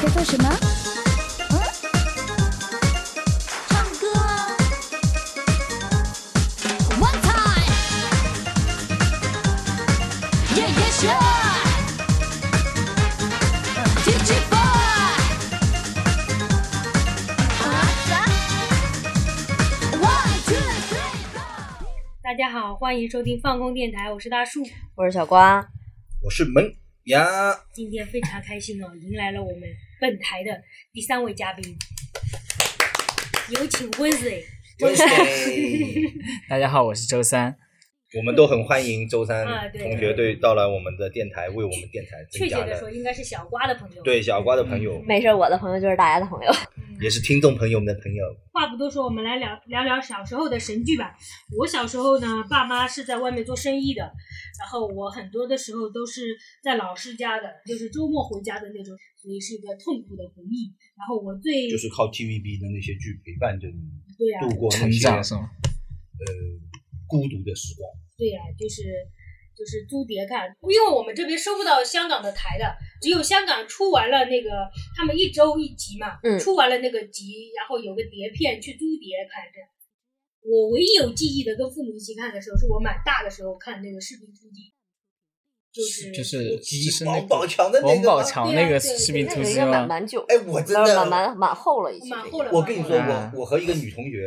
在做什么？唱歌啊 ！One time， yeah yeah sure，TG4，One two three go。 大家好，欢迎收听放空电台，我是大树， 我是小瓜， 我是门牙。 今天非常开心哦，迎来了我们本台的第3位嘉宾，有请 Wednesday。 大家好，我是周三。 我们都很欢迎周三对同学队到了我们的电台，为我们电台增加了。 确切的说，应该是小瓜的朋友。 对，小瓜的朋友， 没事，我的朋友就是大家的朋友， 也是听众朋友们的朋友。 话不多说，我们来聊聊小时候的神剧吧。我小时候呢，爸妈是在外面做生意的，然后我很多的时候都是在老师家的，就是周末回家的那种，所以是一个痛苦的回忆。然后我最就是靠 TVB 的那些剧陪伴着你， 对啊， 度过那成些长是吗？ 孤独的时光。 对呀、就是租碟看，因为我们这边收不到香港的台的，只有香港出完了那个，他们一周一集嘛，出完了那个集，然后有个碟片去租碟看这样。我唯一有记忆的跟父母一起看的时候，是我蛮大的时候看那个《士兵突击》， 就是王宝强的那个， 王宝强那个对士兵突击那个应该吗？ 蛮久， 哎，我真的蛮厚了一些。 蛮厚了。 我跟你说， 啊我和一个女同学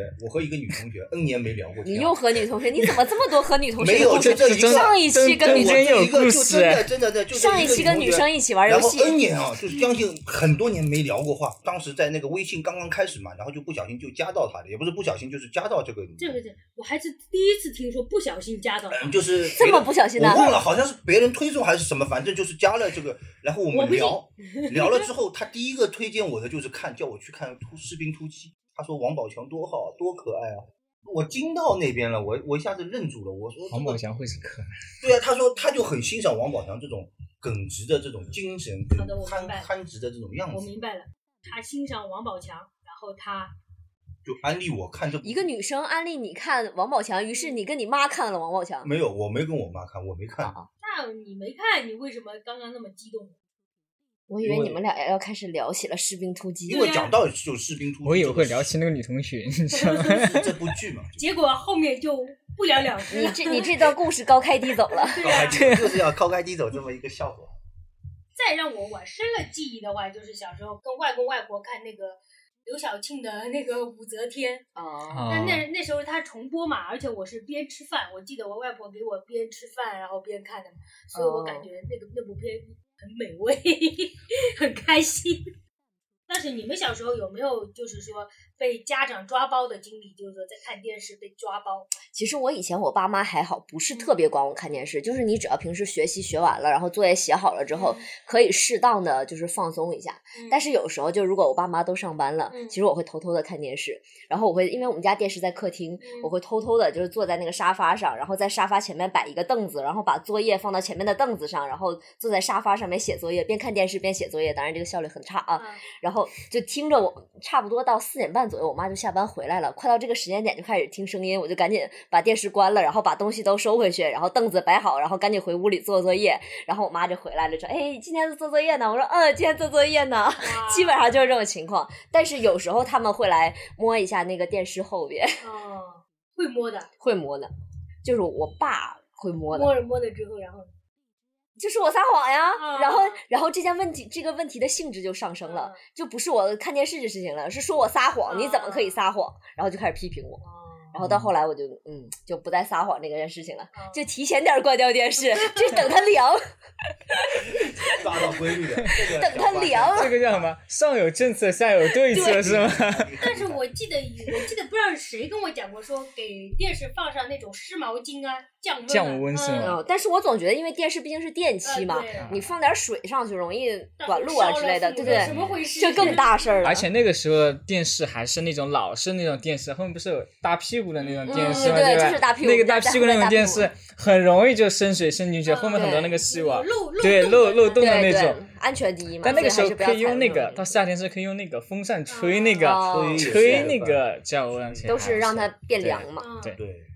，N 年没聊过天。 你又和女同学，你怎么这么多和女同学没有的故事？ 就这一个上一期跟女生中间有一个就故事真的就上一期跟女生一起玩游戏， 然后 N 年啊，就是将近很多年没聊过话。当时在那个微信刚刚开始嘛，然后就不小心就加到他的，也不是不小心，就是加到这个， 我还是第一次听说不小心加到， 就是这么不小心的我忘了，好像是别人推送还是什么，反正就是加了这个，然后我们聊了之后，他第一个推荐我的就是叫我去看《士兵突击》，他说王宝强多好，多可爱啊！我惊到那边了，我一下子愣住了，我说王宝强会是可爱？ 对啊，他说他就很欣赏王宝强这种耿直的这种精神，跟憨直的这种样子。 我明白了，他欣赏王宝强，然后他就安利我看这一个女生安利你看王宝强，于是你跟你妈看了王宝强。 没有，我没跟我妈看，我没看。 那你没看，你为什么刚刚那么激动？ 我以为你们俩要开始聊起了《士兵突击》， 因为讲到就士兵突击， 我以为会聊起那个女同学，你知道吗？ 这部剧嘛， 结果后面就不了了之。 你这段故事高开低走了， 对啊， 就是要高开低走这么一个效果。 再让我往深了记忆的话，就是小时候跟外公外婆看那个刘晓庆的那个武则天。那时候他重播嘛，而且我是边吃饭，我记得我外婆给我边吃饭然后边看的，所以我感觉那部片很美味，很开心。但是你们小时候有没有就是说被家长抓包的经历，就是说在看电视被抓包？ 其实我以前我爸妈还好，不是特别管我看电视，就是你只要平时学习学完了，然后作业写好了之后，可以适当的就是放松一下。但是有时候就如果我爸妈都上班了，其实我会偷偷的看电视，然后我会因为我们家电视在客厅，我会偷偷的就是坐在那个沙发上，然后在沙发前面摆一个凳子，然后把作业放到前面的凳子上，然后坐在沙发上面写作业，边看电视边写作业，当然这个效率很差啊。然后就听着我差不多到4点半左右，我妈就下班回来了，快到这个时间点就开始听声音，我就赶紧把电视关了，然后把东西都收回去，然后凳子摆好，然后赶紧回屋里做作业。然后我妈就回来了，说：“哎，今天做作业呢？”我说：“今天做作业呢。”基本上就是这种情况。但是有时候他们会来摸一下那个电视后边。 会摸的， 会摸的，就是我爸会摸的。 摸了之后，然后。 就是我撒谎呀，然后这个问题的性质就上升了，就不是我看电视的事情了，是说我撒谎，你怎么可以撒谎？然后就开始批评我，然后到后来我就不再撒谎这件事情了，就提前点关掉电视，就等它凉， 抓到规律的， 等它凉。 这个叫什么？上有政策，下有对策，是吗？ 但是我记得不知道谁跟我讲过，说给电视放上那种湿毛巾啊， 降温是吗？ 但是我总觉得，因为电视毕竟是电器嘛，你放点水上去容易短路啊之类的，对不对？ 怎么回事？ 这更大事儿了。 而且那个时候电视还是那种老式那种电视，后面不是有大屁股的那种电视吗？ 对， 吧？ 就是大屁股。 那个大屁股那种电视很容易就渗水渗进去，后面很多那个细网，对漏洞的那种。 安全第一嘛。 但那个时候可以用那个，到夏天是可以用那个风扇吹那个，吹那个降温， 都是让它变凉嘛。 对。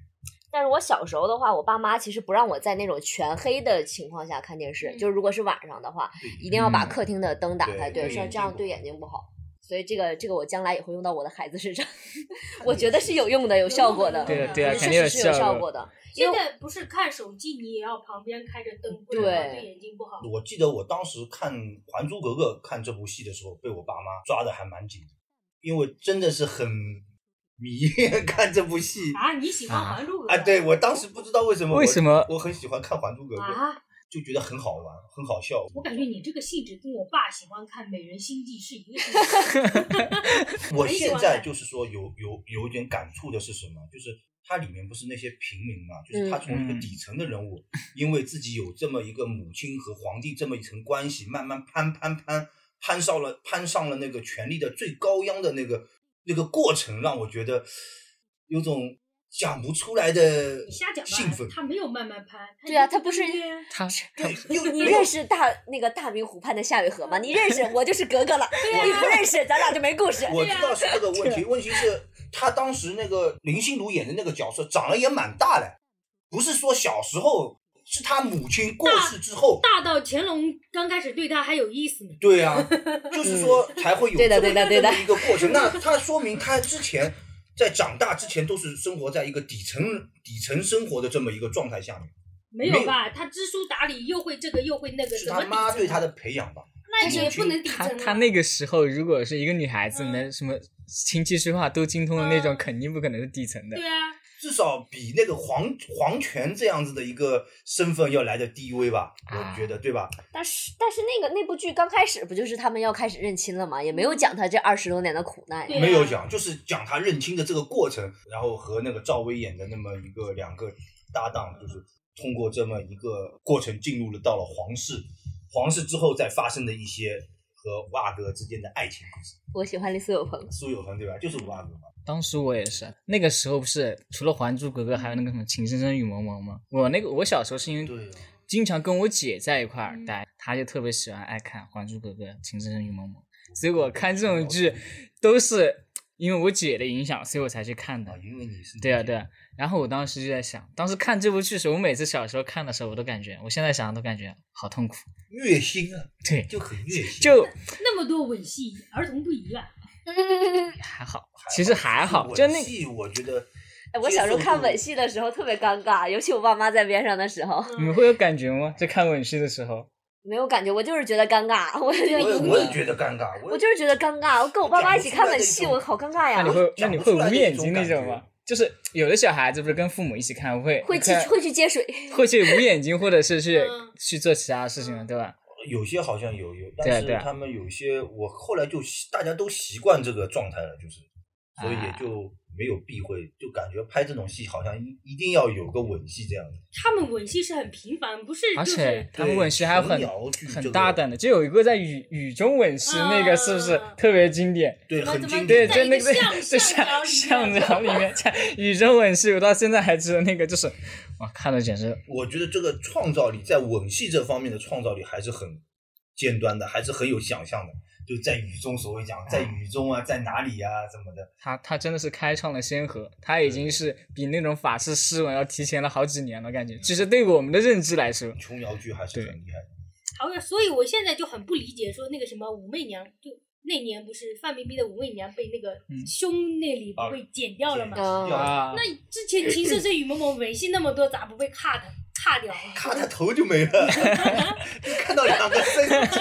但是我小时候的话，我爸妈其实不让我在那种全黑的情况下看电视，就是如果是晚上的话，一定要把客厅的灯打开，对，像这样对眼睛不好。所以这个我将来也会用到我的孩子身上，我觉得是有用的，有效果的， 对啊，肯定确实是有效果的。 现在不是看手机，你也要旁边开着灯，不然对眼睛不好。 我记得我当时看《还珠格格》看这部戏的时候，被我爸妈抓的还蛮紧的，因为真的是很迷恋看这部戏啊！你喜欢《还珠格格》 啊？对，我当时不知道为什么我很喜欢看《还珠格格》 啊， 就觉得很好玩，很好笑。 我感觉你这个性质跟我爸喜欢看《美人心计》是一个性质。 我现在就是说有点感触的是什么？就是它里面不是那些平民嘛，就是他从一个底层的人物，因为自己有这么一个母亲和皇帝这么一层关系，慢慢攀上了那个权力的最高央的那个过程，让我觉得有种讲不出来的兴奋。 他没有慢慢攀， 对啊，他不是他你认识那个大明湖畔的夏雨荷吗？你认识，我就是格格了。你不认识，咱俩就没故事。 我知道是这个问题，问题是他当时那个林心如演的那个角色长得也蛮大的，不是说小时候，是他母亲过世之后， 大到乾隆刚开始对他还有意思呢。 对啊，就是说才会有这么一个过程。那他说明他之前在长大之前都是生活在一个底层生活的这么一个状态下面。 没有吧？他知书达理，又会这个又会那个， 是他妈对他的培养吧？ 那也不能底层。 他那个时候如果是一个女孩子，能什么琴棋书画都精通的那种，肯定不可能是底层的。 对啊。 至少比那个皇权这样子的一个身份要来的低微吧，我觉得，对吧？ 但是那部剧刚开始不就是他们要开始认亲了吗？也没有讲他这20多年的苦难， 没有讲，就是讲他认亲的这个过程，然后和那个赵薇演的那么两个搭档，就是通过这么一个过程进入了到了皇室之后再发生的一些和五阿哥之间的爱情故事。 我喜欢苏有朋， 对吧？就是五阿哥嘛。 当时我也是，那个时候不是除了《还珠格格》，还有那个什么《情深深雨蒙蒙》吗？我小时候是因为经常跟我姐在一块儿待，她就特别喜欢爱看《还珠格格》《情深深雨蒙蒙》，所以我看这种剧都是因为我姐的影响，所以我才去看的。 因为你是对啊。然后我当时就在想，当时看这部剧的时候，我每次小时候看的时候，我都感觉，我现在想都感觉好痛苦， 虐心啊！ 对， 就很虐心。 就那么多吻戏，儿童不宜啊。 还好，其实还好，就那我觉得， 我小时候看吻戏的时候特别尴尬，尤其我爸妈在边上的时候。 你们会有感觉吗？在看吻戏的时候？ 没有感觉，我就是觉得尴尬。我也觉得尴尬， 我就是觉得尴尬。我跟我爸妈一起看吻戏，我好尴尬呀。 那你会捂眼睛那种吗？就是有的小孩子不是跟父母一起看，会去接水， 会去捂眼睛，或者是去做其他事情的，对吧？ 有些好像有，但是他们有些，我后来就大家都习惯这个状态了，就是所以也就没有避讳，就感觉拍这种戏好像一定要有个吻戏这样的。 他们吻戏是很频繁，不是？ 而且他们吻戏还有很大胆的，就有一个在雨中吻戏，那个是不是特别经典？ 对，很经典。 对，就那个巷角里面在雨中吻戏，我到现在还记得那个，就是哇，看的简直。 我觉得这个创造力在吻戏这方面的创造力还是很尖端的，还是很有想象的。就在雨中，所谓讲在雨中啊，在哪里啊，怎么的？ 他真的是开创了先河，他已经是比那种法式诗文要提前了好几年了，感觉。其实对我们的认知来说， 琼瑶剧还是很厉害的。 好，所以我现在就很不理解，说那个什么武媚娘，就那年不是范冰冰的武媚娘被那个胸那里不被剪掉了吗？那之前《情深深雨蒙蒙》吻戏那么多，咋不被卡掉？ 卡他头就没了，就看到两个身体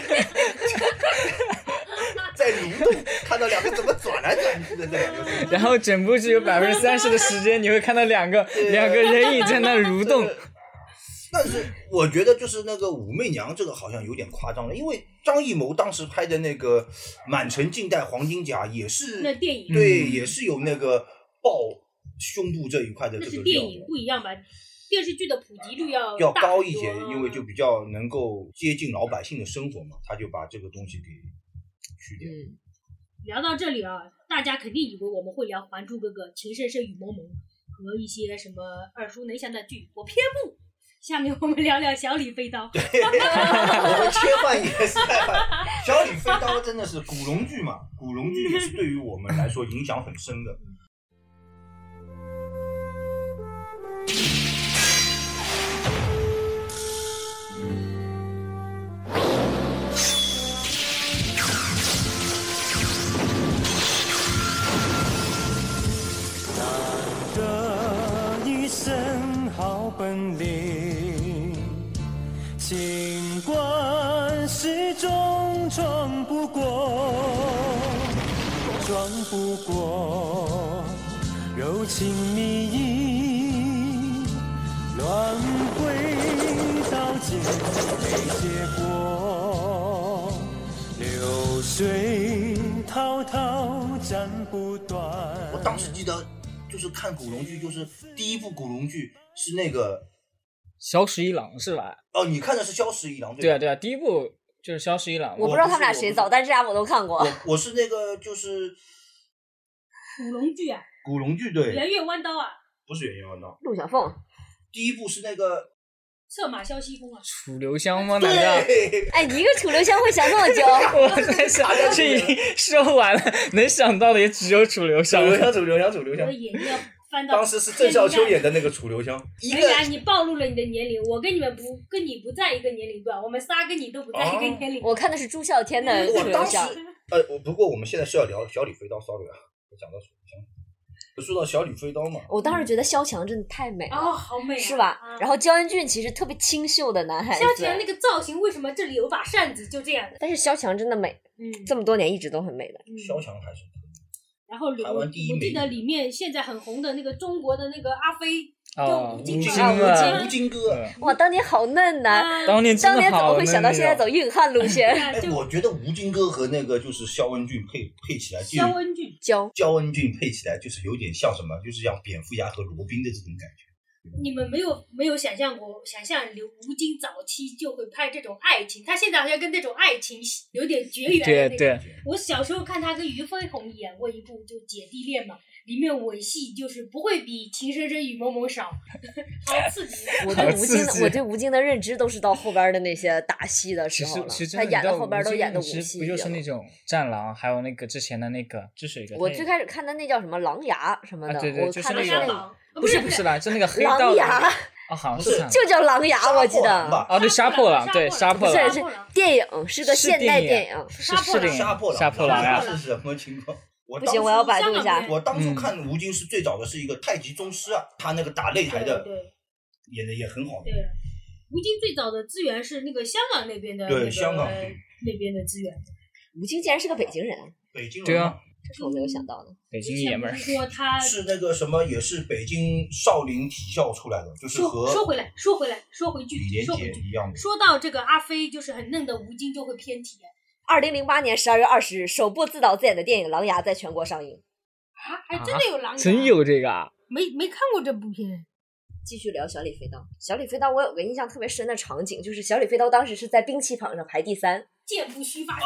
在蠕动，看到两个怎么转来转去的这两个身体。 然后整部剧有30%的时间，你会看到两个人影在那蠕动。 但是我觉得就是那个武媚娘这个好像有点夸张了，因为张艺谋当时拍的那个《满城尽带黄金甲》也是那电影， 对，也是有那个爆胸部这一块的这个。 那是电影不一样吧？电视剧的普及率要高一些，因为就比较能够接近老百姓的生活嘛，他就把这个东西给去掉。 聊到这里啊，大家肯定以为我们会聊《还珠格格》《情深深雨蒙蒙》和一些什么耳熟能详的剧，我偏不。下面我们聊聊小李飞刀。 对，我们切换也是小李飞刀真的是古龙剧嘛，古龙剧也是对于我们来说影响很深的。 本领，尽管始终闯不过，柔情蜜意，乱回到结没结果，流水滔滔斩不断。 我当时记得就是看古龙剧，就是第一部古龙剧是那个萧十一郎是吧？ 哦，你看的是萧十一郎对啊，第一部就是萧十一郎。 我不知道他们俩谁早，但是这俩我都看过。 我是那个就是古龙剧啊， 古龙剧对。 圆月弯刀啊， 不是圆月弯刀， 陆小凤。 第一部是那个策马萧西风啊， 楚留香吗？难道？ 哎，你一个楚留香会想这么久？ 我在想，这已经说完了，能想到的也只有楚留香。 楚留香。 我的眼睛要翻到。 当时是郑少秋演的那个楚留香。 哎呀，你暴露了你的年龄，我跟你不在一个年龄段，我们仨跟你都不在一个年龄。 我看的是朱孝天的楚留香。 不过我们现在是要聊小李飞刀 ，sorry 啊，我讲到楚留香。说到小李飞刀嘛， 我当时觉得萧蔷真的太美了， 哦，好美、啊， 是吧？然后焦恩俊其实特别清秀的男孩子， 萧蔷那个造型为什么这里有把扇子就这样的？ 但是萧蔷真的美，这么多年一直都很美的。 萧蔷还是。 然后我记得里面现在很红的那个中国的那个阿飞，就吴京哥， 哇，当年好嫩呐！ 当年怎么会想到现在走硬汉路线？ 哎，我觉得吴京哥和那个就是肖恩俊配起来， 肖恩俊配起来就是有点像什么，就是像蝙蝠侠和罗宾的这种感觉。 你们没有想象吴京早期就会拍这种爱情，他现在好像跟那种爱情有点绝缘的那个。 对。 我小时候看他跟俞飞鸿演过一部就《姐弟恋》嘛，里面吻戏就是不会比《情深深雨蒙蒙》少，好刺激。 我对吴京的认知都是到后边的那些打戏的时候了，他演的后边都演的武戏。 不就是那种战狼，还有那个之前的那个，就是一个。 我最开始看的那叫什么狼牙什么的， 对， 我看的是那个。 不是啦，就那个黑道狼牙好像是就叫狼牙，我记得。 对，杀破狼，对，杀破狼。 是电影，是个现代电影。 是电影。杀破狼呀！ 是什么情况？ 不行，我要百度一下。 我当初看吴京是最早的是一个太极宗师啊，他那个打擂台的演的也很好。 对，吴京最早的资源是那个香港那边的， 对香港那边的资源。 吴京竟然是个北京人。 北京人。 对啊。 这是我没有想到的， 北京爷们儿。 说他是那个什么，也是北京少林体校出来的，就是和说回去李连杰一样的。 说到这个阿飞，就是很嫩的吴京就会偏题。 2008年12月20日，首部自导自演的电影《狼牙》在全国上映。 啊，还真的有狼牙？ 真有这个啊？ 没看过这部片。 继续聊小李飞刀。小李飞刀，我有个印象特别深的场景，就是小李飞刀当时是在兵器榜上排第3。 剑不虚发，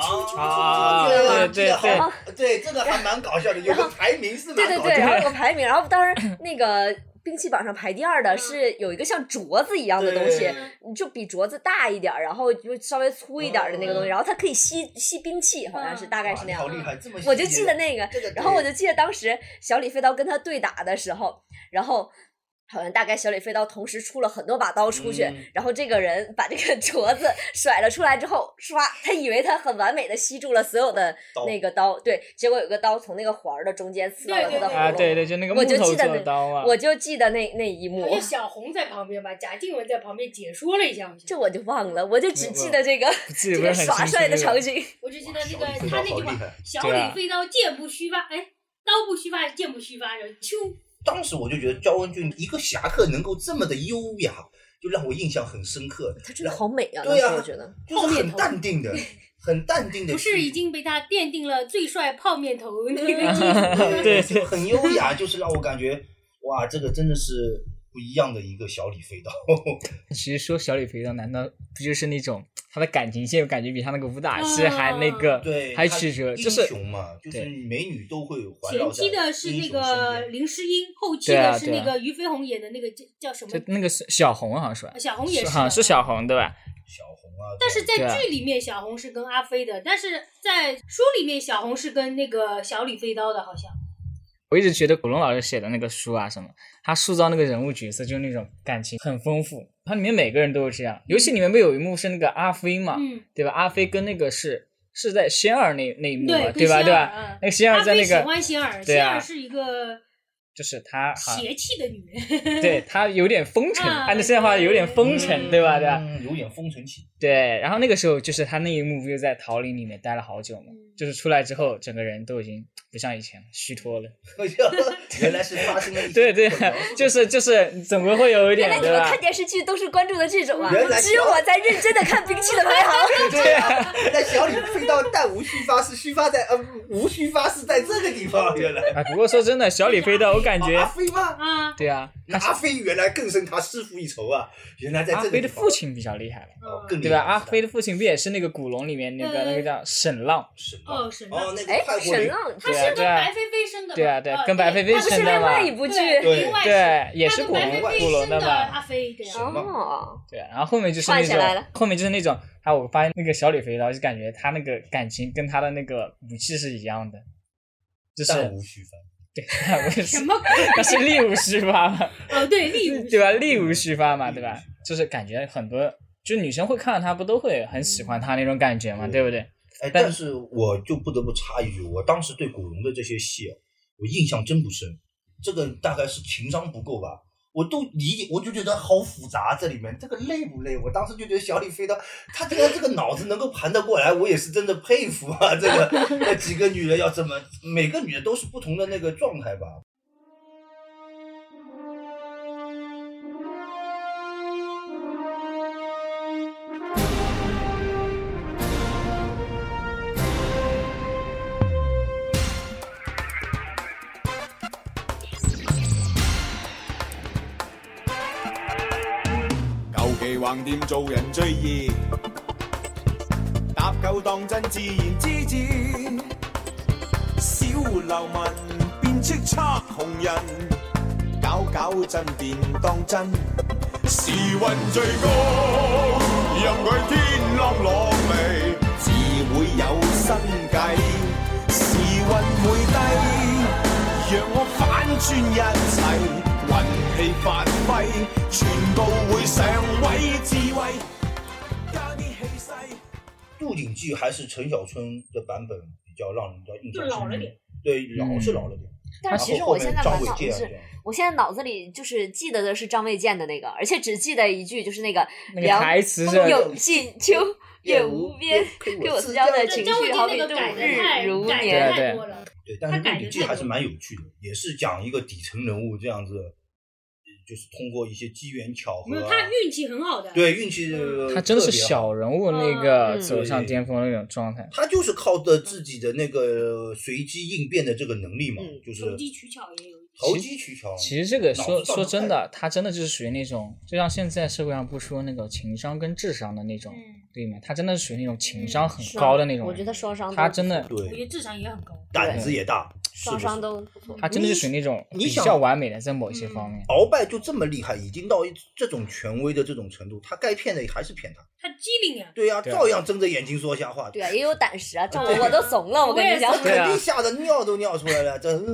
对，这个还蛮搞笑的，有个排名是蛮搞笑的。 对，然后有个排名，然后当时那个兵器榜上排第2的是有一个像镯子一样的东西，你就比镯子大一点，然后就稍微粗一点的那个东西，然后它可以吸兵器，好像是大概是那样。 好厉害，这么我就记得那个，然后我就记得当时小李飞刀跟他对打的时候，然后。好像大概小李飞刀同时出了很多把刀出去，然后这个人把这个镯子甩了出来之后，唰，他以为他很完美的吸住了所有的那个刀，对，结果有个刀从那个环的中间刺到了他的喉咙。 对，就那个木头做的刀啊。 我就记得那一幕。 有小红在旁边吧，贾静雯在旁边解说了一下， 这我就忘了，我就只记得这个耍帅的场景。 我就记得那个他那句话：“小李飞刀，剑不虚发，哎，刀不虚发，剑不虚发，秋。” 当时我就觉得焦恩俊一个侠客能够这么的优雅，就让我印象很深刻。 他真的好美啊！ 对啊， 我觉得就是很淡定的，很淡定的。 不是已经被他奠定了最帅泡面头那个基础？ 对，很优雅，就是让我感觉哇，这个真的是不一样的一个小李飞刀。 其实说小李飞刀，难道不就是那种他的感情线，我感觉比他那个武打戏还那个，还曲折，就是英雄嘛，就是美女都会环绕在前期的是那个林诗音，后期的是那个俞飞鸿演的那个叫什么？ 那个小红好像是吧？ 小红也是， 好像是小红对吧？ 小红啊， 但是在剧里面小红是跟阿飞的，但是在书里面小红是跟那个小李飞刀的，好像。 我一直觉得古龙老师写的那个书啊什么，他塑造那个人物角色就是那种感情很丰富，它里面每个人都是这样。尤其里面不有一幕是那个阿飞嘛，对吧？阿飞跟那个是在仙儿那一幕嘛，对吧？对吧？那个仙儿在那个阿飞喜欢仙儿， 对啊， 仙儿是一个就是她邪气的女人， 对她有点风尘，按照现在话有点风尘，对吧？对吧？ 有点风尘气。 对，然后那个时候就是他那一幕又在桃林里面待了好久嘛，就是出来之后整个人都已经不像以前虚脱了。 原来是发生了一些对对，就是总归会有一点， 原来你们看电视剧都是关注的这种啊， 原来只有我在认真的看兵器的排行。 对啊，在小李飞到弹无虚发是虚发在无虚发是在这个地方原来。 啊，不过说真的，小李飞刀我感觉阿飞吗？ 啊， 对啊， 阿飞原来更胜他师傅一筹啊！原来在这个地方阿飞的父亲比较厉害了， 更厉害对吧？阿飞的父亲不也是那个古龙里面那个叫沈浪？ 沈浪那个哎， 快活林沈浪他是跟白飞飞生的， 对啊对，跟白飞飞那不是另生的嘛， 外一部剧？ 对，也是古龙的嘛。 阿飞对哦， 对，然后后面就是那种，后面就是那种，我发现那个小李飞刀就感觉他那个感情跟他的那个武器是一样的，就是弹无虚发。 对， 什么鬼？ 那是力无虚发嘛？ 哦，对，力无对吧？力无虚发嘛，对吧？就是感觉很多，就女生会看到他，不都会很喜欢他那种感觉嘛，对不对？ 哎，但是我就不得不插一句，我当时对古龙的这些戏，我印象真不深。这个大概是情商不够吧，我都理解，我就觉得好复杂，这里面这个累不累？我当时就觉得小李飞刀他这个脑子能够盘得过来，我也是真的佩服啊！这个几个女人要这么，每个女人都是不同的那个状态吧。 橫掂做人最易，搭夠當真自然之至。小流氓變叱咤紅人，搞真便當真。時運最高，任佢天啷落嚟，自會有新計。時運會低，讓我反轉一切。運氣發揮，全部會上位智慧，加啲氣勢。 杜景記還是陳小春的版本比較讓人印象深刻， 就老了點。 對，是老了點。 但是其实我現在腦子裡就是記得的是張衛健的那個，而且只記得一句，就是那個台詞是有近秋月無邊，給我私交的情緒好比度日如年。 對，但是杜景記還是蠻有趣的，也是講一個底層人物這樣子。就是通過一些機緣巧合， 他運氣很好的， 對運氣， 他真是小人物那個走上巔峰的那種狀態。 他就是靠着自己的那個隨機應變的這個能力嘛，就是投機取巧也有。 投機取巧。 其實這個說真的，他真的就是屬於那種，就像現在社會上不說那個情商跟智商的那種，對嗎？他真的是屬於那種情商很高的那種。 我覺得雙商， 他真的， 對， 我覺得智商也很高， 膽子也大， 雙商都不錯。 他真的是屬於那種比較完美的，在某一些方面。 鳌拜就這麼厲害，已經到這種權威的這種程度，他該騙的還是騙他。 他機靈啊。 對啊，照樣睜着眼睛說瞎話。 對啊，也有膽識啊，這我都慫了，我跟你講。 肯定嚇得尿都尿出來了，這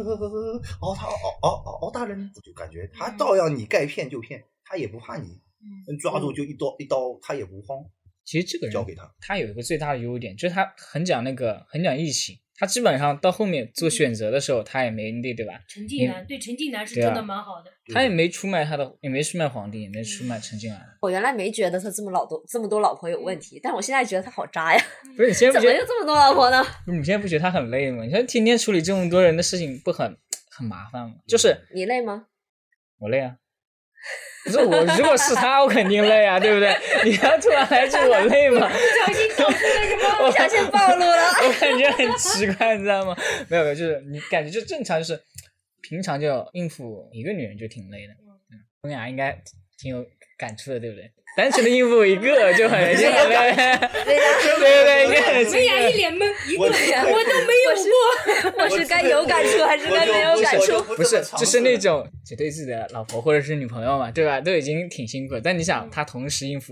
大人，就感覺他照樣你該騙就騙，他也不怕你，抓住就一刀，他也不慌。 其實這個人交給他有一個最大的優點，就是他很講義氣。他基本上到後面做選擇的時候，他也沒那對吧？ 陳近南對陳近南是真的蠻好的， 他也沒出賣也沒出賣皇帝，也沒出賣陳近南。 我原來沒覺得他這麼多老婆有問題，但我現在覺得他好渣呀！ 不是你現在不覺得怎麼有這麼多老婆呢？ 你現在不覺得他很累嗎？你說天天處理這麼多人的事情，不很麻煩嗎？就是你累嗎？ 我累啊。不是我，如果是他，我肯定累啊，對不對？你要突然來句我累嗎？ 不小心道出了什麼？ 不小心暴露了。 我感覺很奇怪，你知道嗎？沒有，就是你感覺就正常，就是平常就應付一個女人就挺累的。我們倆應該挺有感觸的，對不對？單純的應付一個就很累，對不對？應該很我們倆一臉懵，一個我都沒有過。 我是該有感觸還是該沒有感觸？ 不是，就是那種只對自己的老婆或者是女朋友嘛，對吧？都已經挺辛苦了，但你想他同時應付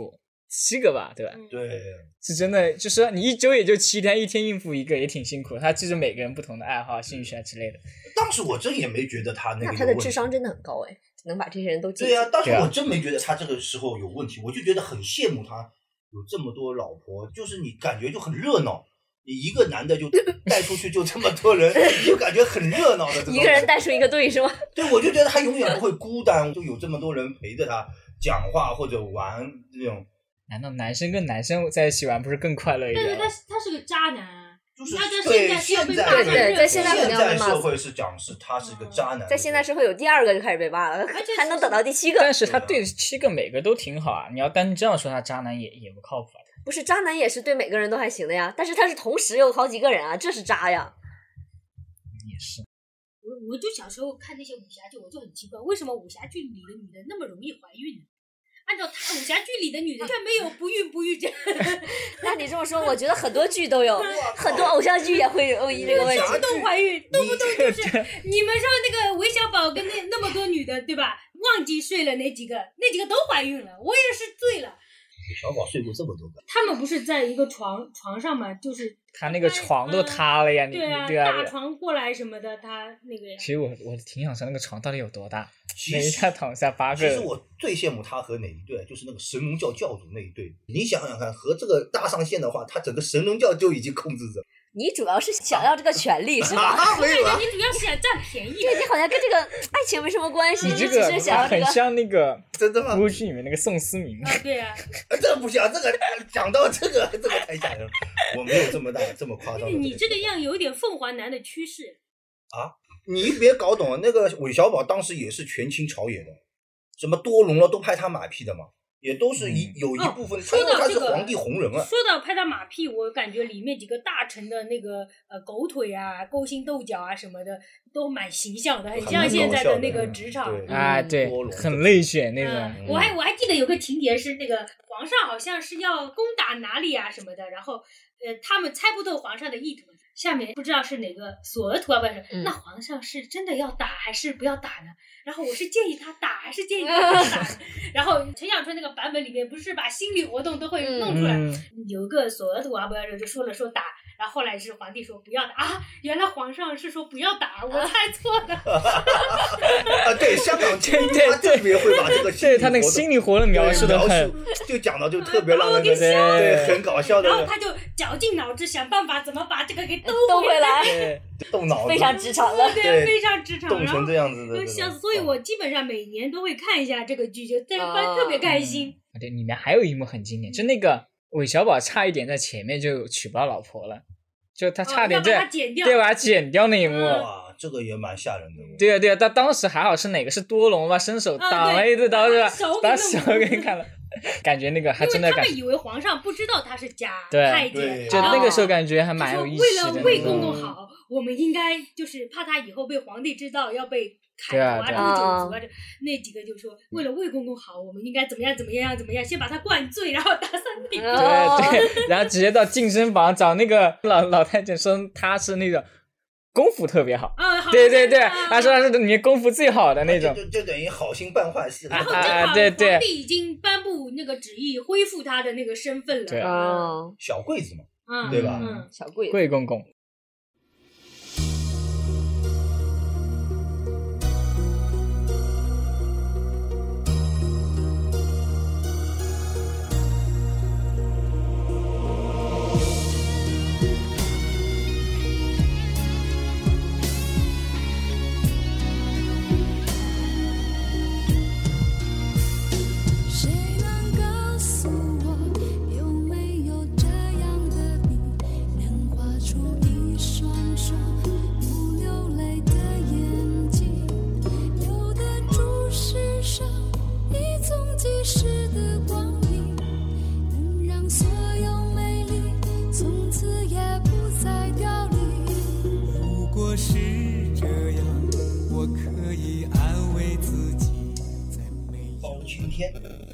7个吧，对吧？ 对， 是真的，就是你一周也就7天，一天应付一个也挺辛苦。他记着每个人不同的爱好、兴趣啊之类的。 当时我真也没觉得他那个有问题。 那他的智商真的很高哎，能把这些人都记住。 对呀，当时我真没觉得他这个时候有问题，我就觉得很羡慕他有这么多老婆，就是你感觉就很热闹。你一个男的就带出去就这么多人，就感觉很热闹的。 一个人带出一个队是吗？ 对，我就觉得他永远不会孤单，就有这么多人陪着他讲话或者玩这种。 难道男生跟男生在一起玩不是更快乐一点？ 但是他是个渣男啊。 就是对现在肯定要被骂。 社会是讲是他是个渣男， 在现在社会有第2个就开始被骂了，还能等到第7个。 但是他对7个每个都挺好啊，你要单这样说他渣男也不靠谱啊。 不是渣男也是对每个人都还行的呀，但是他是同时有好几个人啊，这是渣呀。 也是。 我就小时候看那些武侠剧，我就很奇怪，为什么武侠剧里的女的那么容易怀孕呢？按照他武侠剧里的女的却没有不孕症。 那你这么说，我觉得很多剧都有，很多偶像剧也会有这个问题。 动不动怀孕，动不动就是你们说那个韦小宝跟那么多女的，对吧？忘记睡了那几个都怀孕了，我也是醉了。 小宝睡过这么多个， 他们不是在一个床上嘛，就是他那个床都塌了呀，你对啊， 对啊， 大床过来什么的，他那个。 其实我挺想知道那个床到底有多大，每一下躺下8个。 其实我最羡慕他和哪一对，就是那个神龙教教主那一对。你想想看，和这个搭上线的话，他整个神龙教就已经控制着。 你主要是想要这个权利是吧？ 没有啊， 你主要是想占便宜。 对，你好像跟这个爱情没什么关系， 你这只是想要很像那个真的吗？ 歌剧里面那个宋思明。 对啊， 这不像，这个讲到这个太吓人了。我没有这么夸张。 你这个样有点凤凰男的趋势啊！你别搞懂了，那个韦小宝当时也是权倾朝野的，什么多隆了都拍他马屁的嘛。也都是有一部分，因为他是皇帝红人啊。 说到拍他马屁，我感觉里面几个大臣的那个狗腿啊、勾心斗角啊什么的，都蛮形象的，很像现在的那个职场啊，对，很内卷那种。 我还记得有个情节是那个皇上好像是要攻打哪里啊什么的，然后他们猜不透皇上的意图，下面不知道是哪个索额图啊，不是？那皇上是真的要打还是不要打呢？然后我是建议他打还是建议他不打？然后陈小春那个版本里面不是把心理活动都会弄出来，有一个索额图啊，不要就说打，然后后来是皇帝说不要打啊，原来皇上是说不要打，我猜错了。 啊，对，香港他特别会把这个对他那个心理活动描述的很， 就讲到就特别让人对很搞笑的。 然后他就绞尽脑汁想办法怎么把这个给兜回来， 动脑子， 非常职场了， 对，非常职场， 动成这样子的。 所以我基本上每年都会看一下这个剧，就特别开心。 对，里面还有一幕很经典，就那个韦小宝差一点在前面就娶不到老婆了，就他差点对把他剪掉那一幕。 哇，这个也蛮吓人的。 对啊，他当时还好是哪个是多隆吧，伸手挡了一对刀是吧？把手给你看了。感觉那个还真的因为他们以为皇上不知道他是太监， 就那个时候感觉还蛮有意思的。 为了为公公好，我们应该就是怕他以后被皇帝知道要被砍头啊、诛九族啊，那几个就说为了为公公好，我们应该怎么样，先把他灌醉，然后打3瓶。 对，然后直接到晋升房找那个老太监说他是那个。功夫特别好，对，他说他是里面功夫最好的那种， 就等于好心办坏事。 然后正好皇帝已经颁布那个旨意，恢复他的那个身份了。 对小贵子嘛，对吧？ 小贵贵公公。 出一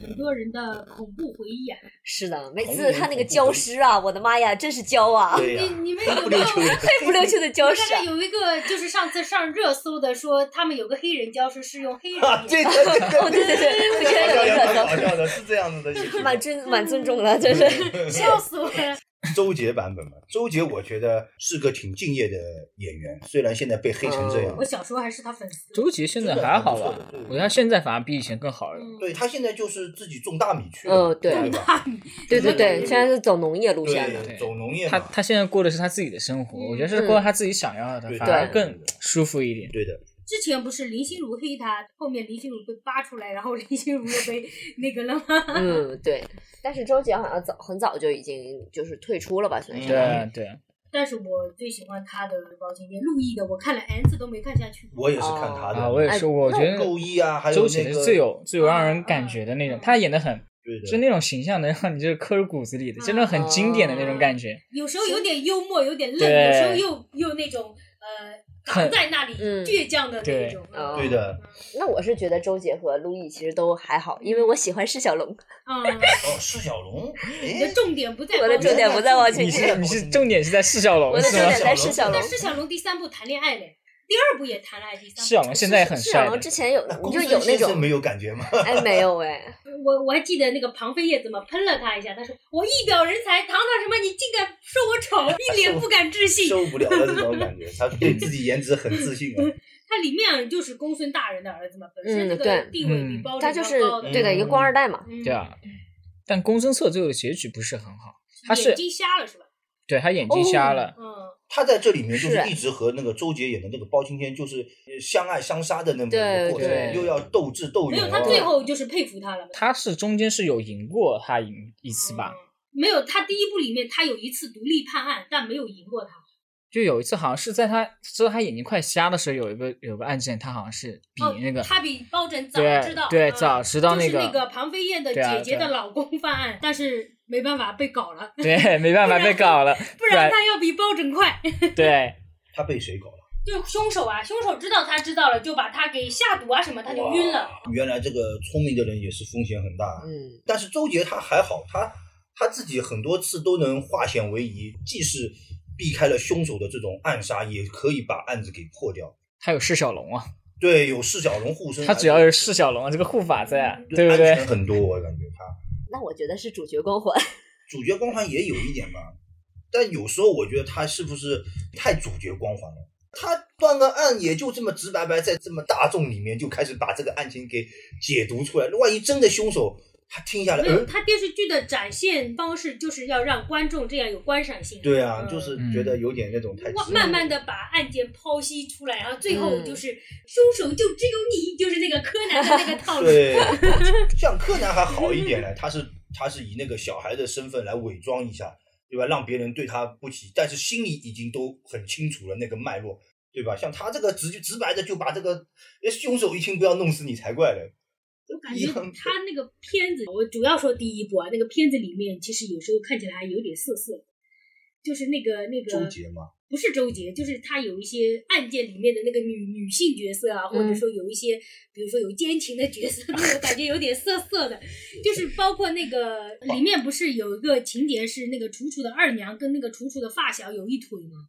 很多人的恐怖回忆啊。 是的，每次他那个焦尸啊，我的妈呀，真是焦啊！ 对呀、 你们有没有黑不溜秋的焦尸啊！ 有一个就是上次上热搜的，说他们有个黑人教师是用黑人啊， 演这个哦，对对对，我觉得有蛮热搞笑的，是这样子的意思。 蛮尊重的，真是。 笑死我了。 周杰版本嘛，周杰我觉得是个挺敬业的演员，虽然现在被黑成这样。 我小时候还是他粉丝。 周杰现在还好吧？我觉得他现在反而比以前更好了。 对，他现在就是自己种大米去了。 对，对对对，现在是走农业路线的。 对，走农业。 他现在过的是他自己的生活，我觉得是过他自己想要的，反而更舒服一点。 对的。 之前不是林心如黑他，后面林心如被扒出来，然后林心如又被那个了吗？ 对。但是周杰好像很早就已经就是退出了吧，算是。 对。 但是我最喜欢他的包青天，陆毅的我看了 N 次都没看下去。 我也是看他的， 我也是，我觉得陆毅啊，还有周杰是最有让人感觉的那种，他演的很。就那种形象能让你就是刻入骨子里的，就那种很经典的那种感觉。 有时候有点幽默，有点愣，有时候又那种扛在那里倔强的那种。 对的。 那我是觉得周杰和陆毅其实都还好，因为我喜欢释小龙。 释小龙， 你的重点不在我的重点不在王青天， 你是重点是在释小龙， 我的重点在释小龙。 但释小龙第3部谈恋爱嘞。第2部也谈了爱，第3部。 释小龙现在也很帅。 释小龙之前你就有那种没有感觉吗？ 哎，没有哎。 我还记得那个庞飞叶怎么喷了他一下，他说我一表人才，堂堂什么你竟敢说我丑，一脸不敢置信。 受不了了这种感觉，他对自己颜值很自信啊。 他里面就是公孙大人的儿子嘛，本身这个地位比包拯他就是高的， 对的一个官二代嘛。 对啊，但公孙策最后的结局不是很好，他是眼睛瞎了是吧？ 对，他眼睛瞎了。 他在这里面就是一直和那个周杰演的那个包青天就是相爱相杀的那么一个过程，又要斗智斗勇。 没有，他最后就是佩服他了。 他是中间是有赢过他一次吧？ 没有，他第1部里面他有一次独立判案，但没有赢过他。 就有一次好像是在他知道他眼睛快瞎的时候，有个案件，他好像是比那个他比包拯早知道， 对，早知道就是那个庞飞燕的姐姐的老公犯案，但是没办法被搞了。 对，没办法被搞了， 不然他要比包拯快。 对， 他被谁搞了？ 就凶手啊，凶手知道他知道了，就把他给下毒啊什么，他就晕了。 原来这个聪明的人也是风险很大。但是周杰他还好，他自己很多次都能化险为夷，既是避开了凶手的这种暗杀，也可以把案子给破掉。 他有释小龙啊， 对，有释小龙护身， 他只要有释小龙这个护法在，对不对？ 安全很多，我感觉他。 那我觉得是主角光环， 主角光环也有一点吧，但有时候我觉得他是不是太主角光环了？他断个案也就这么直白白在这么大众里面就开始把这个案情给解读出来，万一真的凶手。他听下来， 没有，他电视剧的展现方式就是要让观众这样有观赏性。 对啊，就是觉得有点那种太慢慢的把案件剖析出来，然后最后就是凶手就只有你，就是那个柯南的那个套路。 对，像柯南还好一点呢，他是以那个小孩的身份来伪装一下，对吧？让别人对他不起，但是心里已经都很清楚了那个脉络，对吧？像他这个直白的就把这个凶手一听不要弄死你才怪嘞。 我感觉他那个片子，我主要说第1部啊，那个片子里面其实有时候看起来还有点涩涩，就是那个周杰吗？ 不是周杰，就是他有一些案件里面的那个女性角色啊，或者说有一些比如说有奸情的角色，那个感觉有点涩涩的。就是包括那个里面不是有一个情节是那个楚楚的二娘跟那个楚楚的发小有一腿吗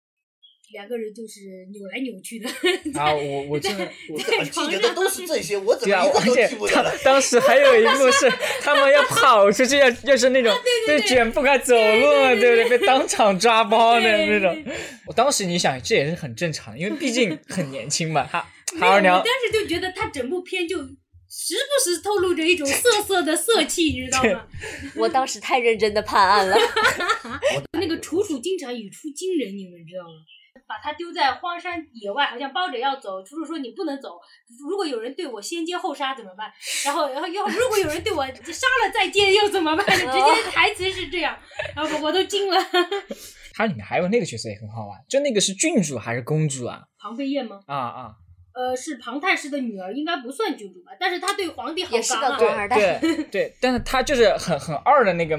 ？2个人就是扭来扭去的啊！我真的我怎么记得的都是这些，我怎么一个都记不得了？ 当时还有一幕是他们要跑出去，要是那种被卷不开走路了，对不对？被当场抓包的那种。我当时你想，这也是很正常的，因为毕竟很年轻嘛。他二娘， 我当时就觉得他整部片就时不时透露着一种涩的色气，你知道吗？ 我当时太认真的判案了。 那个楚楚经常语出惊人，你们知道吗？把他丢在荒山野外，好像包着要走，楚楚说你不能走，如果有人对我先奸后杀怎么办？然后如果有人对我杀了再奸又怎么办？直接台词是这样，然后我都惊了。 它里面还有那个角色也很好玩，就那个是郡主还是公主啊？ 庞飞燕吗？ 啊。 是庞太师的女儿，应该不算郡主吧？但是她对皇帝好刚啊。 也是个官二代。 对，但是她就是很二的那个嘛。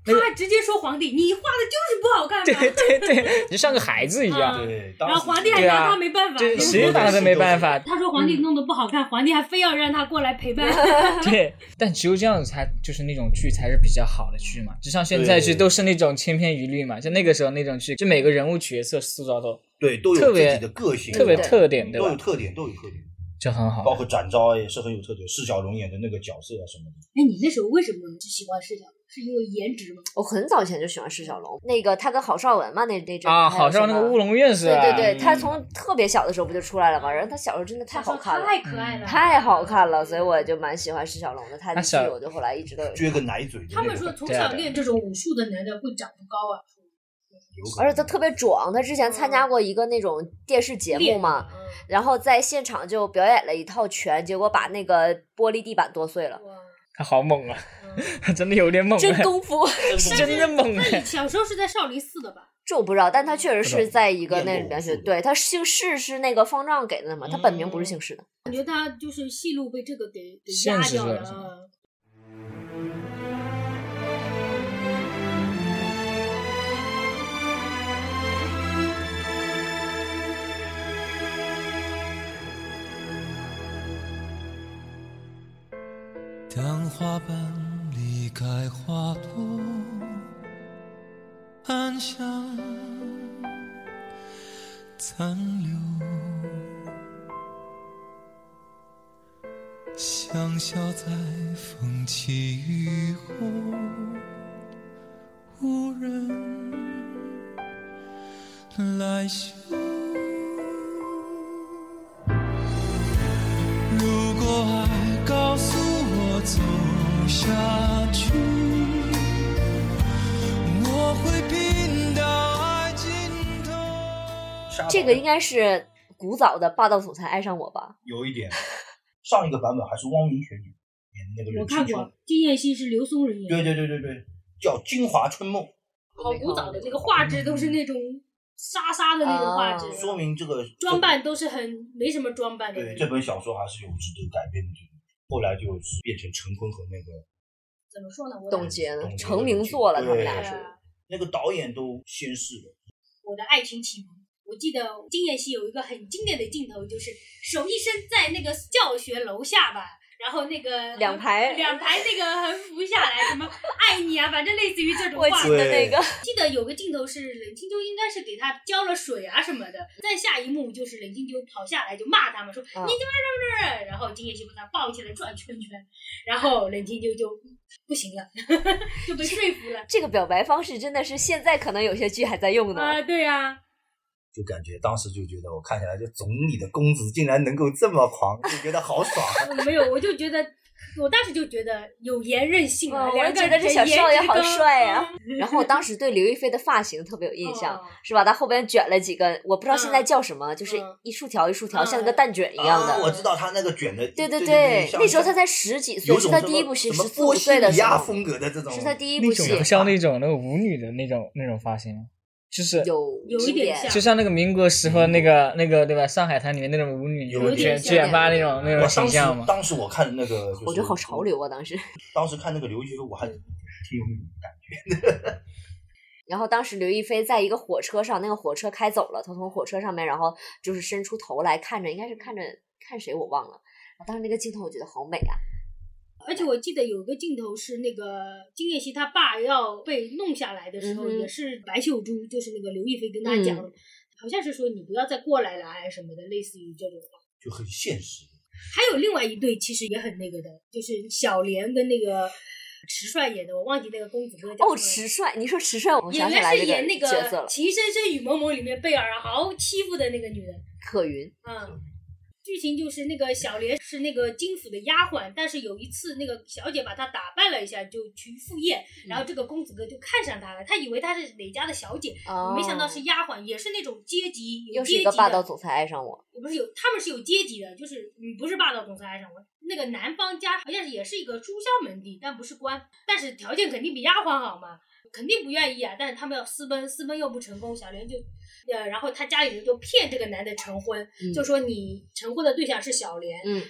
他还直接说皇帝，你画的就是不好看嘛。 对，就像个孩子一样。 对， 然后皇帝还拿他没办法， 对，谁拿他没办法。 他说皇帝弄得不好看，皇帝还非要让他过来陪伴。 对，但只有这样子才就是那种剧才是比较好的剧嘛。就像现在剧都是那种千篇一律嘛，就那个时候那种剧，就每个人物角色塑造都都有自己的个性， 特别特点，对吧？ 都有特点。 就很好， 包括展昭也是很有特点，释小龙演的那个角色啊什么的。 哎，你那时候为什么喜欢释小龙？是因为颜值吗？ 我很早以前就喜欢释小龙，那个他跟郝邵文嘛，那阵啊，郝邵那个乌龙院是吧？ 对，他从特别小的时候不就出来了吗？然后他小时候真的太好看了， 太可爱了， 太好看了，所以我就蛮喜欢释小龙的。他的剧我就后来一直都有撅个奶嘴。 他们说从小练这种武术的男的会长不高啊。 而且他特别壮，他之前参加过一个那种电视节目嘛，然后在现场就表演了一套拳，结果把那个玻璃地板剁碎了。 他好猛啊，他真的有点猛， 真功夫， 真的猛。 那你小时候是在少林寺的吧？ 这我不知道，但他确实是在一个那里面学。对，他姓释是那个方丈给的嘛，他本名不是姓释的。 我觉得他就是戏路被这个给压掉了。 当花瓣离开花朵，暗香残留，香消在风起雨后，无人来嗅。如果爱告诉我走下去，我会拼到爱尽头。 这个应该是古早的霸道总裁爱上我吧？ 有一点，上一个版本还是汪明荃演的那个。 我看过，金燕西是刘松仁演的。 对，叫《金华春梦》。 好古早的那个画质都是那种沙沙的那种画质， 说明这个装扮都是很没什么装扮的。 对，这本小说还是有值得改编的地方。后来就是变成陈坤和那个怎么说呢？ 董洁成名作了，他们俩是。 那个导演都先逝了。 我的爱情启蒙，我记得金燕西有一个很经典的镜头，就是手一伸在那个教学楼下吧。然后那个两排那个横幅下来什么爱你啊，反正类似于这种话。 我记得那个， 记得有个镜头是冷清秋应该是给他浇了水啊什么的，再下一幕就是冷清秋跑下来就骂他们说、你他妈什么，然后金燕西把他抱起来转圈圈，然后冷清秋就不行了就被说服了。 这个表白方式真的是现在可能有些剧还在用呢。 对啊。 就感觉当时就觉得我看下来，就总理的公子竟然能够这么狂，就觉得好爽。 没有，我就觉得，我当时就觉得有颜任性啊， 我觉得这小少爷好帅啊。然后我当时对刘亦菲的发型特别有印象，是吧？她后边卷了几个，我不知道现在叫什么，就是一束条一束条，像那个蛋卷一样的。 我知道她那个卷的。 对，那时候她才10几岁，是她第一部戏，14、15岁的时候。 风格的这种。 是她第一部戏。 不像那种舞女的那种发型吗？就是有一点像， 就像那个民国时候那个对吧？上海滩里面那种舞女卷发那种形象嘛。 当时我看那个， 我觉得好潮流啊！ 当时看那个刘亦菲，我还挺有那种感觉的。 然后当时刘亦菲在一个火车上，那个火车开走了，她从火车上面，然后就是伸出头来看着，应该是看谁我忘了。当时那个镜头我觉得好美啊。 而且我记得有个镜头是那个金燕西他爸要被弄下来的时候，也是白秀珠，就是那个刘亦菲跟他讲，好像是说你不要再过来了还是什么的，类似于这种话， 就很现实。 还有另外一对其实也很那个的，就是小莲跟那个迟帅演的，我忘记那个公子哥叫什么。 迟帅，你说迟帅，我想起来这个角色了。 情深深雨蒙蒙里面贝尔好欺负的那个女人， 可云。 剧情就是那个小莲是那个金府的丫鬟，但是有一次那个小姐把她打扮了一下，就去赴宴，然后这个公子哥就看上她了，他以为她是哪家的小姐，没想到是丫鬟，也是那种阶级有阶级的。 又是一个霸道总裁爱上我。 不是他们是有阶级的，就是不是霸道总裁爱上我，那个男方家好像也是一个书香门第，但不是官，但是条件肯定比丫鬟好嘛，肯定不愿意啊，但是他们要私奔又不成功，小莲就然后他家里人就骗这个男的成婚，就说你成婚的对象是小莲，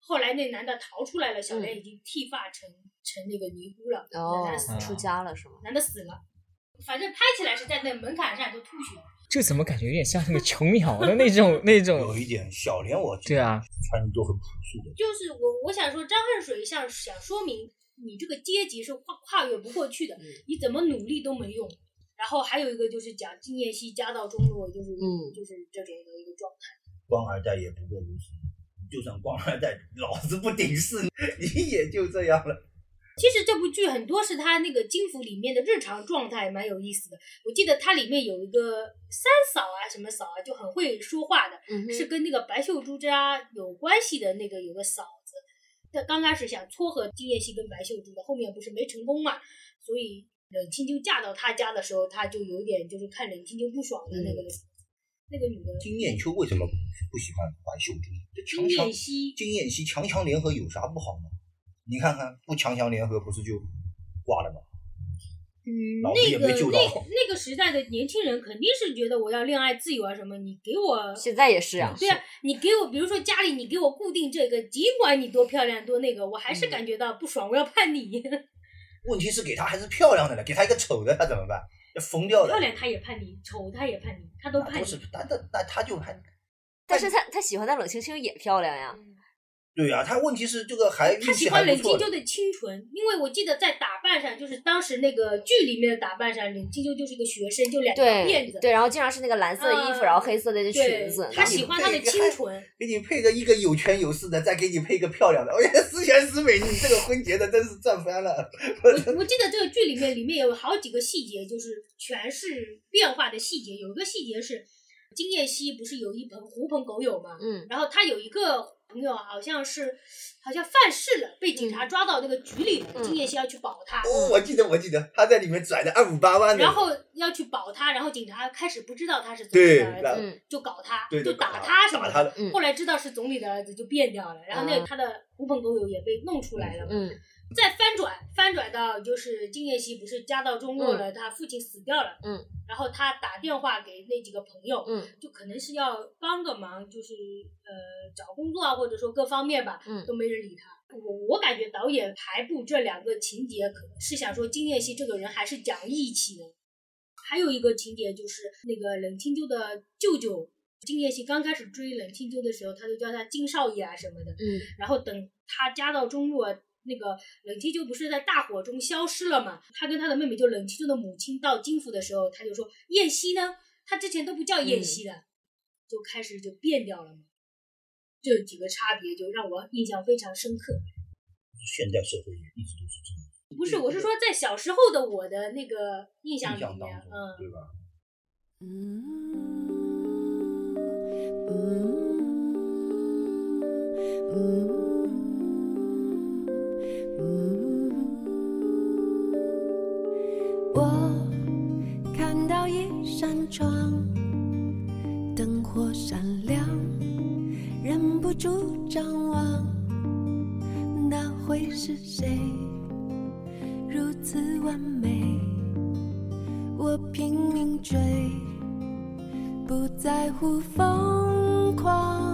后来那男的逃出来了，小莲已经剃发成那个尼姑了，男的死了， 出家了是吗？ 男的死了，反正拍起来是在那门槛上都吐血。 这怎么感觉有点像那个琼瑶的那种有一点小莲，我对啊， 穿的都很朴素的。 就是我想说，张恨水想说明你这个阶级是跨越不过去的，你怎么努力都没用。然后还有一个就是讲金燕西家道中落，就是这种的一个状态。 官二代也不过如此，就算官二代，老子不顶事，你也就这样了。 其实这部剧很多是他那个金府里面的日常状态，蛮有意思的。我记得它里面有一个三嫂啊，什么嫂啊，就很会说话的，是跟那个白秀珠家有关系的那个有个嫂子。他刚开始想撮合金燕西跟白秀珠的，后面不是没成功嘛，所以冷清就嫁到他家的时候，他就有点就是看冷清就不爽的那个女的。 金燕秋为什么不喜欢白秀珠？金燕西强强联合有啥不好呢？你看看，不强强联合不是就挂了吗？ 那个时代的年轻人肯定是觉得我要恋爱自由啊什么，你给我现在也是啊。 对啊，你给我，比如说家里你给我固定这个，尽管你多漂亮多那个，我还是感觉到不爽，我要叛逆。 问题是给他还是漂亮的了，给他一个丑的他怎么办？要疯掉了。 漂亮他也叛逆，丑他也叛逆，他都叛逆。 不是，但他就叛逆。 但是他喜欢的冷清秋也漂亮呀。 对呀，他问题是这个还他喜欢冷清秋的清纯，因为我记得在打扮上，就是当时那个剧里面的打扮上，冷清秋就是一个学生，就两条辫子， 对，然后经常是那个蓝色的衣服，然后黑色的裙子。 他喜欢他的清纯， 给你配个一个有权有势的，再给你配一个漂亮的，我觉得十全十美，你这个婚结的真是赚翻了。 我记得这个剧里面有好几个细节，就是全是变化的细节。有一个细节是金燕西不是有一盆狐朋狗友嘛，然后他有一个朋友好像犯事了，被警察抓到那个局里了，金燕西要去保他。 我记得他在里面拽的258万的， 然后要去保他，然后警察开始不知道他是总理的儿子，就搞他，就打他什么的。后来知道是总理的儿子就变掉了，然后他的狐朋狗友也被弄出来了嘛。再翻转到就是金燕西不是家道中落了，他父亲死掉了，然后他打电话给那几个朋友，就可能是要帮个忙，就是找工作啊，或者说各方面吧，都没人理他。我感觉导演排布这两个情节，可能是想说金燕西这个人还是讲义气的。还有一个情节就是那个冷清秋的舅舅。金燕西刚开始追冷清秋的时候，他就叫他金少爷啊什么的，然后等他家道中落，那个冷清秋不是在大火中消失了嘛？他跟他的妹妹就冷清秋的母亲到金府的时候，他就说燕西呢？他之前都不叫燕西的，就开始就变掉了嘛。这几个差别就让我印象非常深刻。 现代社会也一直都是这样。 不是，我是说在小时候的我的那个印象里面， 对吧？ 我看到一扇窗，灯火闪亮，忍不住张望，那会是谁？如此完美，我拼命追，不在乎疯狂。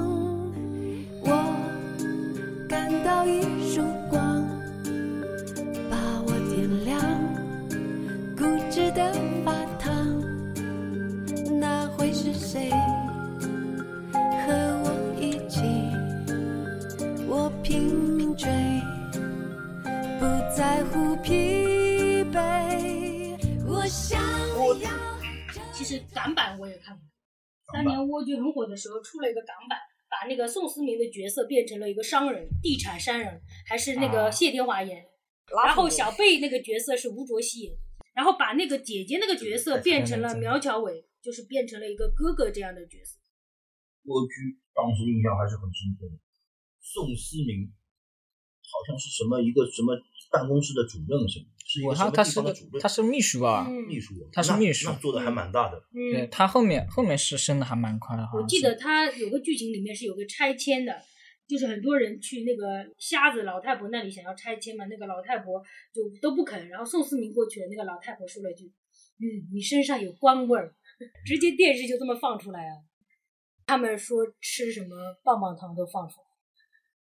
我感到一束光，把我点亮，固执的发烫，那会是谁？和我一起，我拼命追，不在乎疲惫。我想要。 其实港版我也看过，3年蜗居很火的时候出了一个港版，把那个宋思明的角色变成了一个商人，地产商人，还是那个谢天华演，然后小贝那个角色是吴卓羲演，然后把那个姐姐那个角色变成了苗侨伟，就是变成了一个哥哥这样的角色。 蜗居当时印象还是很深刻的，宋思明好像是一个办公室的主任什么。是一个什么地方的主任？ 他是秘书吧？ 秘书， 他是秘书， 那做的还蛮大的。 对，他后面是升的还蛮快的。 我记得他有个剧情里面是有个拆迁的，就是很多人去那个瞎子老太婆那里想要拆迁嘛，那个老太婆就都不肯，然后宋思明过去了，那个老太婆说了一句：“你身上有官味儿。”直接电视就这么放出来啊！他们说吃什么棒棒糖都放出来。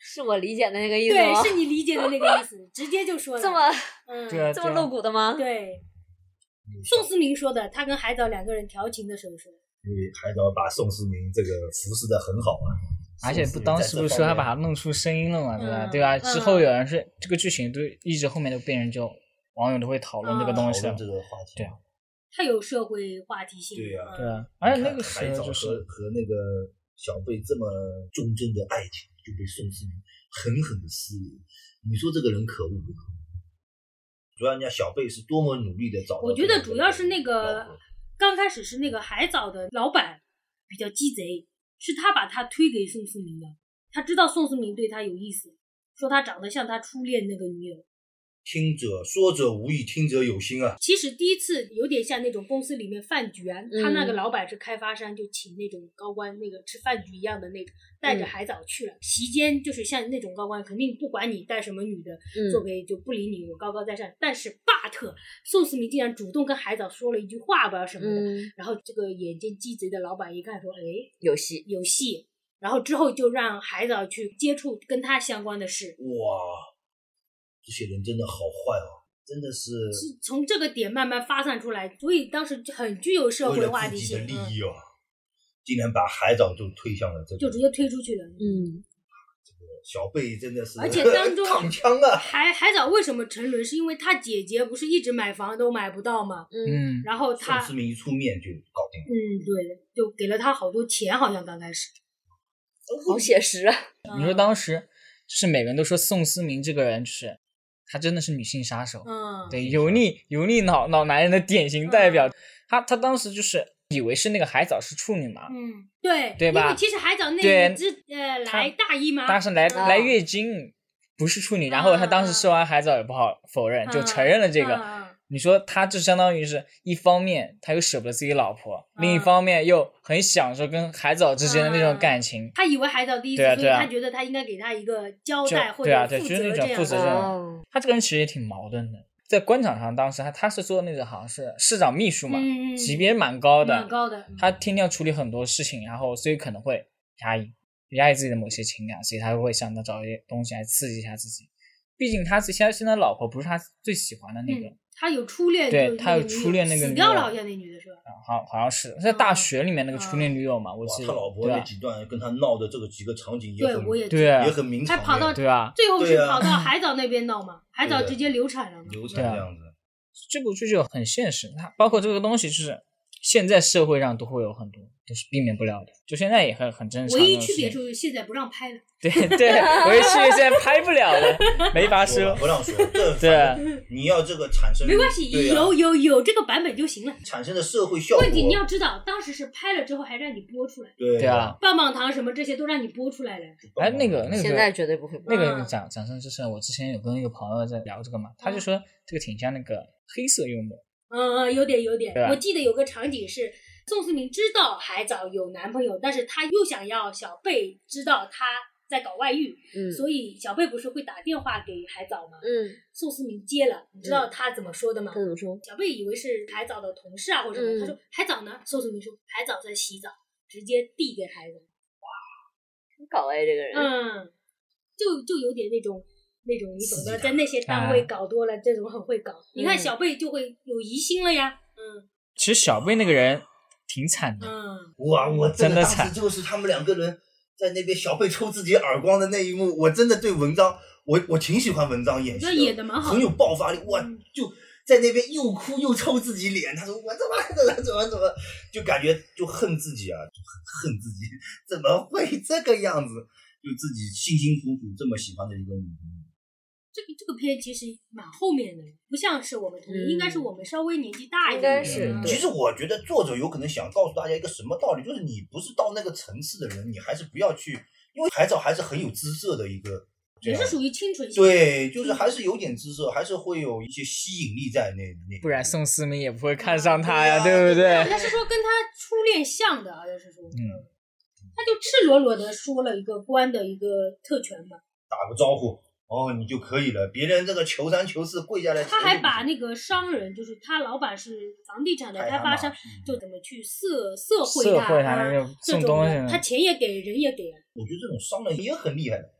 是我理解的那个意思吗？ 对，是你理解的那个意思，直接就说了。 这么对啊这么露骨的吗？ 对，宋思明说的，他跟海藻两个人调情的时候说。 因为海藻把宋思明这个服侍的很好啊。 而且当时不是说他把他弄出声音了嘛，对吧？之后有人是这个剧情都一直后面都被人就网友都会讨论这个东西， 讨论这个话题。 对啊， 太有社会话题性。 对啊， 对啊，而且那个时海藻候就是和那个小贝这么忠贞的爱情就被宋思明狠狠的撕裂，你说这个人可恶不可恶？主要人家小贝是多么努力的找到。 我觉得主要是那个刚开始是那个海藻的老板比较鸡贼，是他把他推给宋思明的。他知道宋思明对他有意思，说他长得像他初恋那个女友。 听者说者无意，听者有心啊。 其实第一次有点像那种公司里面饭局啊，他那个老板是开发商，就请那种高官那个吃饭局一样的那种，带着海藻去了。席间就是像那种高官，肯定不管你带什么女的作为就不理你，我高高在上。但是but宋思明竟然主动跟海藻说了一句话，不知道什么的。然后这个眼尖鸡贼的老板一看说，哎， 有戏。 然后之后就让海藻去接触跟他相关的事。 哇，这些人真的好坏哦，真的是从这个点慢慢发散出来，所以当时很具有社会话题性。 为了自己的利益哦，竟然把海藻就推向了这个， 就直接推出去了。 这个小贝真的是， 而且当中躺枪啊。 海藻为什么沉沦？是因为他姐姐不是一直买房都买不到吗？然后他宋思明一出面就搞定了。 对，就给了他好多钱，好像刚开始。 好写实啊！ 你说当时就是每个人都说宋思明这个人就是他真的是女性杀手，对，油腻老男人的典型代表。他当时就是以为是那个海藻是处女嘛， 对吧？ 因为其实海藻那只来大姨妈， 当时来月经不是处女，然后他当时说完海藻也不好否认，就承认了这个。你说他就相当于是一方面他又舍不得自己老婆，另一方面又很享受跟海藻之间的那种感情。 他以为海藻第一次，所以他觉得他应该给他一个交代或者负责这样。 负责任。他这个人其实也挺矛盾的，在官场上当时他是做那个好像是市长秘书嘛，级别蛮高的，他天天要处理很多事情，然后所以可能会压抑自己的某些情感，所以他会想到找一些东西来刺激一下自己。毕竟他现在老婆不是他最喜欢的那个。 他有初恋， 对，他有初恋那个女友， 死掉了，好像那女的是吧？ 好像是在大学里面那个初恋女友嘛，我记得。 他老婆那几段跟他闹的这个几个场景也很， 也很明场面。 还跑到对啊， 最后是跑到海藻那边闹嘛，海藻直接流产了嘛。 流产这样子。 这部剧就很现实，它包括这个东西就是现在社会上都会有很多，都是避免不了的，就现在也很正常。 唯一区别就是现在不让拍了。 对，唯一区别现在拍不了了，没法说， 不让说。 对， 你要这个产生没关系，有这个版本就行了。 产生的社会效果。 问题你要知道，当时是拍了之后还让你播出来。 对啊， 棒棒糖什么这些都让你播出来了。 哎，那个现在绝对不会播。 那个讲真之前，我之前有跟一个朋友在聊这个嘛，他就说这个挺像那个黑色幽默。 有点。我记得有个场景是宋思明知道海藻有男朋友，但是他又想要小贝知道他在搞外遇，所以小贝不是会打电话给海藻吗？宋思明接了，你知道他怎么说的吗？ 他怎么说？ 小贝以为是海藻的同事啊或者什么，他说海藻呢？宋思明说海藻在洗澡，直接递给海藻。 哇，很搞这个人。 就有点那种你懂得，在那些单位搞多了，这种很会搞。你看小贝就会有疑心了呀。 其实小贝那个人挺惨的。 哇，我真的惨。 当时就是他们两个人在那边，小贝抽自己耳光的那一幕，我真的对文章，我挺喜欢文章演戏的， 演的蛮好， 很有爆发力。哇，就在那边又哭又抽自己脸，他说我怎么，就感觉就恨自己啊，就很恨自己，怎么会这个样子？就自己辛辛苦苦这么喜欢的一个女朋友。 这个片其实蛮后面的，不像是我们童年，应该是我们稍微年纪大一点。 应该是。 其实我觉得作者有可能想告诉大家一个什么道理，就是你不是到那个层次的人，你还是不要去，因为海藻还是很有姿色的一个， 也是属于清纯型。 对，就是还是有点姿色，还是会有一些吸引力在那。 不然宋思明也不会看上他呀，对不对？ 他是说跟他初恋像的，好像是说，他就赤裸裸的说了一个官的一个特权嘛， 打个招呼。你就可以了，别人这个求三求四跪下来。 他还把那个商人，就是他老板是房地产的开发商，就怎么去色贿他那种送东西， 他钱也给，人也给了。 我觉得这种商人也很厉害的，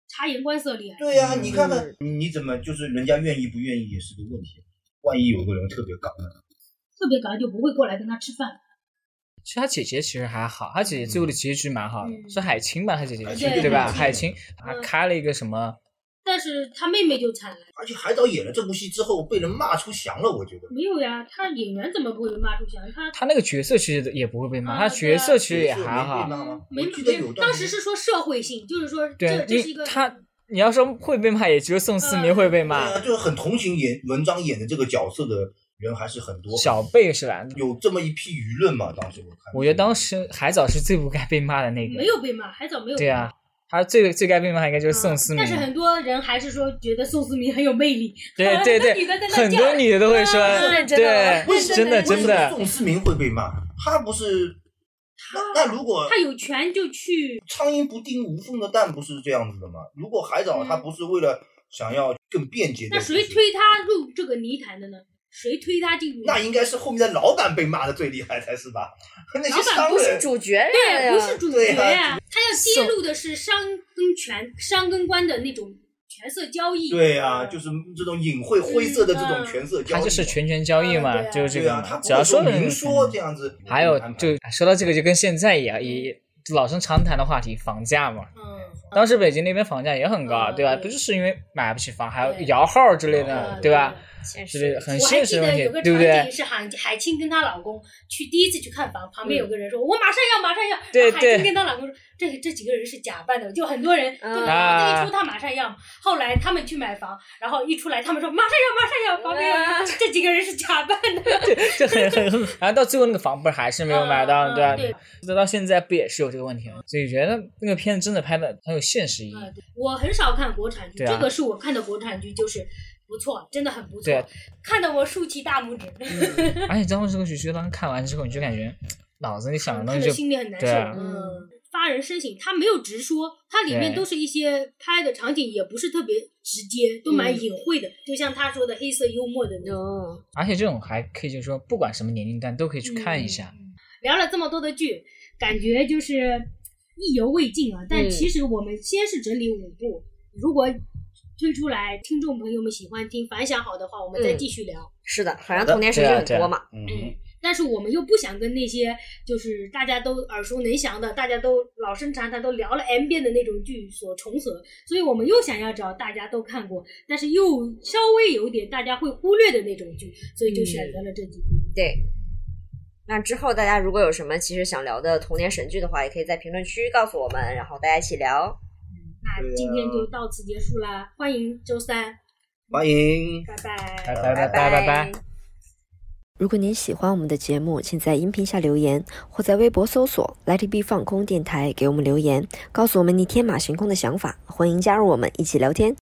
察言观色厉害。 对呀，你看看你怎么就是人家愿意不愿意也是个问题。万一有个人特别港呢？ 特别港就不会过来跟他吃饭。 其实他姐姐其实还好，他姐姐最后的结局蛮好的，是海清吧？他姐姐对对吧？海清还开了一个什么？ 但是他妹妹就惨了。 而且海藻演了这部戏之后被人骂出翔了，我觉得。 没有呀，他演员怎么不会被骂出翔？他那个角色其实也不会被骂，他角色其实也还好。 没当时是说社会性，就是说这是一个你要说会被骂，也只有宋思明会被骂。 就是很同情文章演的这个角色的人还是很多。 小贝是吧？ 有这么一批舆论嘛？当时我看。 我觉得当时海藻是最不该被骂的那个。 没有被骂，海藻没有被骂。 对啊，他最该被骂应该就是宋思明。 但是很多人还是说觉得宋思明很有魅力。 对，很多女的都会说，对，真的。 宋思明会被骂，他不是。那如果他有权就去， 苍蝇不叮无缝的蛋，不是这样子的吗？如果海藻他不是为了想要更便捷的， 那谁推他入这个泥潭的呢？谁推他进入？ 那应该是后面的老板被骂的最厉害才是吧？那些商人不是主角呀， 对，不是主角呀，他要揭露的是商跟官的那种权色交易。 对呀，就是这种隐晦灰色的这种权色交易， 他就是权交易嘛，就是这个嘛。只要说明说这样子， 还有就说到这个，就跟现在一样，也老生常谈的话题，房价嘛。当时北京那边房价也很高，对吧？不就是因为买不起房，还有摇号之类的，对吧？是很现实的问题，对不对？ 我还记得有个场景是海清跟她老公第一次去看房，旁边有个人说：“我马上要。” 对， 海清跟她老公说：“这几个人是假扮的。”就很多人这一出他马上要，后来他们去买房，然后一出来他们说马上要，旁边这几个人是假扮的。 对，这很，然后到最后那个房不是还是没有买到，对吧？对，到现在不也是有这个问题吗？所以觉得那个片子真的拍的很有现实意义。 我很少看国产剧，这个是我看的国产剧，就是不错，真的很不错，看得我竖起大拇指。 而且张梦这个剧当时看完之后，你就感觉脑子里想的东西就心里很难受，发人深省。他没有直说，它里面都是一些拍的场景，也不是特别直接，都蛮隐晦的，就像他说的黑色幽默的那种。 而且这种还可以，就是说不管什么年龄段都可以去看一下。 聊了这么多的剧，感觉就是意犹未尽啊。但其实我们先是整理5部，如果推出来听众朋友们喜欢听反响好的话，我们再继续聊。 是的，好像童年神剧很多嘛。 但是我们又不想跟那些就是大家都耳熟能详的，大家都老生常谈都聊了 M 遍的那种剧所重合，所以我们又想要找大家都看过，但是又稍微有点大家会忽略的那种剧，所以就选择了这几部。 对。那之后大家如果有什么其实想聊的童年神剧的话，也可以在评论区告诉我们，然后大家一起聊。 那今天就到此结束啦，欢迎周3， 欢迎， 拜拜。 如果您喜欢我们的节目，请在音频下留言，或在微博搜索 Let It Be 放空电台给我们留言，告诉我们你天马行空的想法，欢迎加入我们一起聊天。